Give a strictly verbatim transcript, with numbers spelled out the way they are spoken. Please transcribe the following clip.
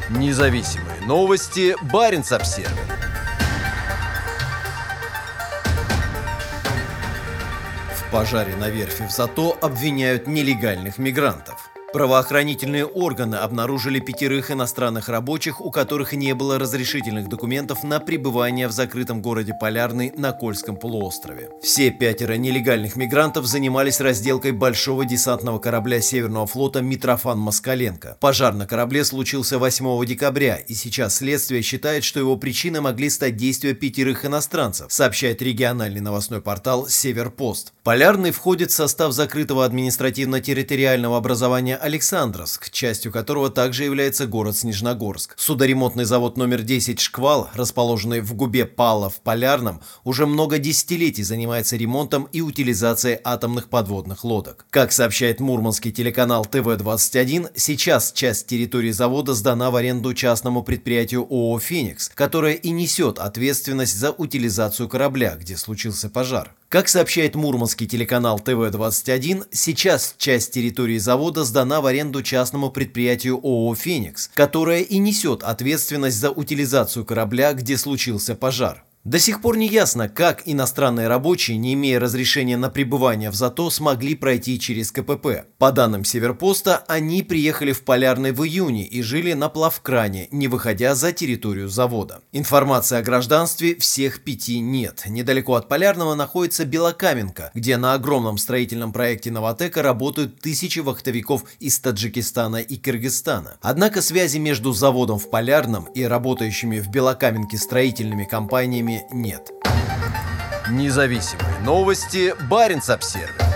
Независимые новости. Баренц-Обсервис. В пожаре на верфи в Зато обвиняют нелегальных мигрантов. Правоохранительные органы обнаружили пятерых иностранных рабочих, у которых не было разрешительных документов на пребывание в закрытом городе Полярный на Кольском полуострове. Все пятеро нелегальных мигрантов занимались разделкой большого десантного корабля Северного флота «Митрофан Москаленко». Пожар на корабле случился восьмого декабря, и сейчас следствие считает, что его причиной могли стать действия пятерых иностранцев, сообщает региональный новостной портал «Северпост». Полярный входит в состав закрытого административно-территориального образования Александровск, частью которого также является город Снежногорск. Судоремонтный завод номер десять «Шквал», расположенный в губе Пала в Полярном, уже много десятилетий занимается ремонтом и утилизацией атомных подводных лодок. Как сообщает мурманский телеканал Тэ Вэ двадцать один, сейчас часть территории завода сдана в аренду частному предприятию О О О «Феникс», которое и несет ответственность за утилизацию корабля, где случился пожар. Как сообщает мурманский телеканал Тэ Вэ двадцать один, сейчас часть территории завода сдана в аренду частному предприятию О О О «Феникс», которое и несет ответственность за утилизацию корабля, где случился пожар. До сих пор не ясно, как иностранные рабочие, не имея разрешения на пребывание в Зато, смогли пройти через Ка Пэ Пэ. По данным Северпоста, они приехали в Полярный в июне и жили на плавкране, не выходя за территорию завода. Информации о гражданстве всех пяти нет. Недалеко от Полярного находится Белокаменка, где на огромном строительном проекте «Новатэка» работают тысячи вахтовиков из Таджикистана и Кыргызстана. Однако связи между заводом в Полярном и работающими в Белокаменке строительными компаниями нет. Независимые новости. Баренц-Обсервис.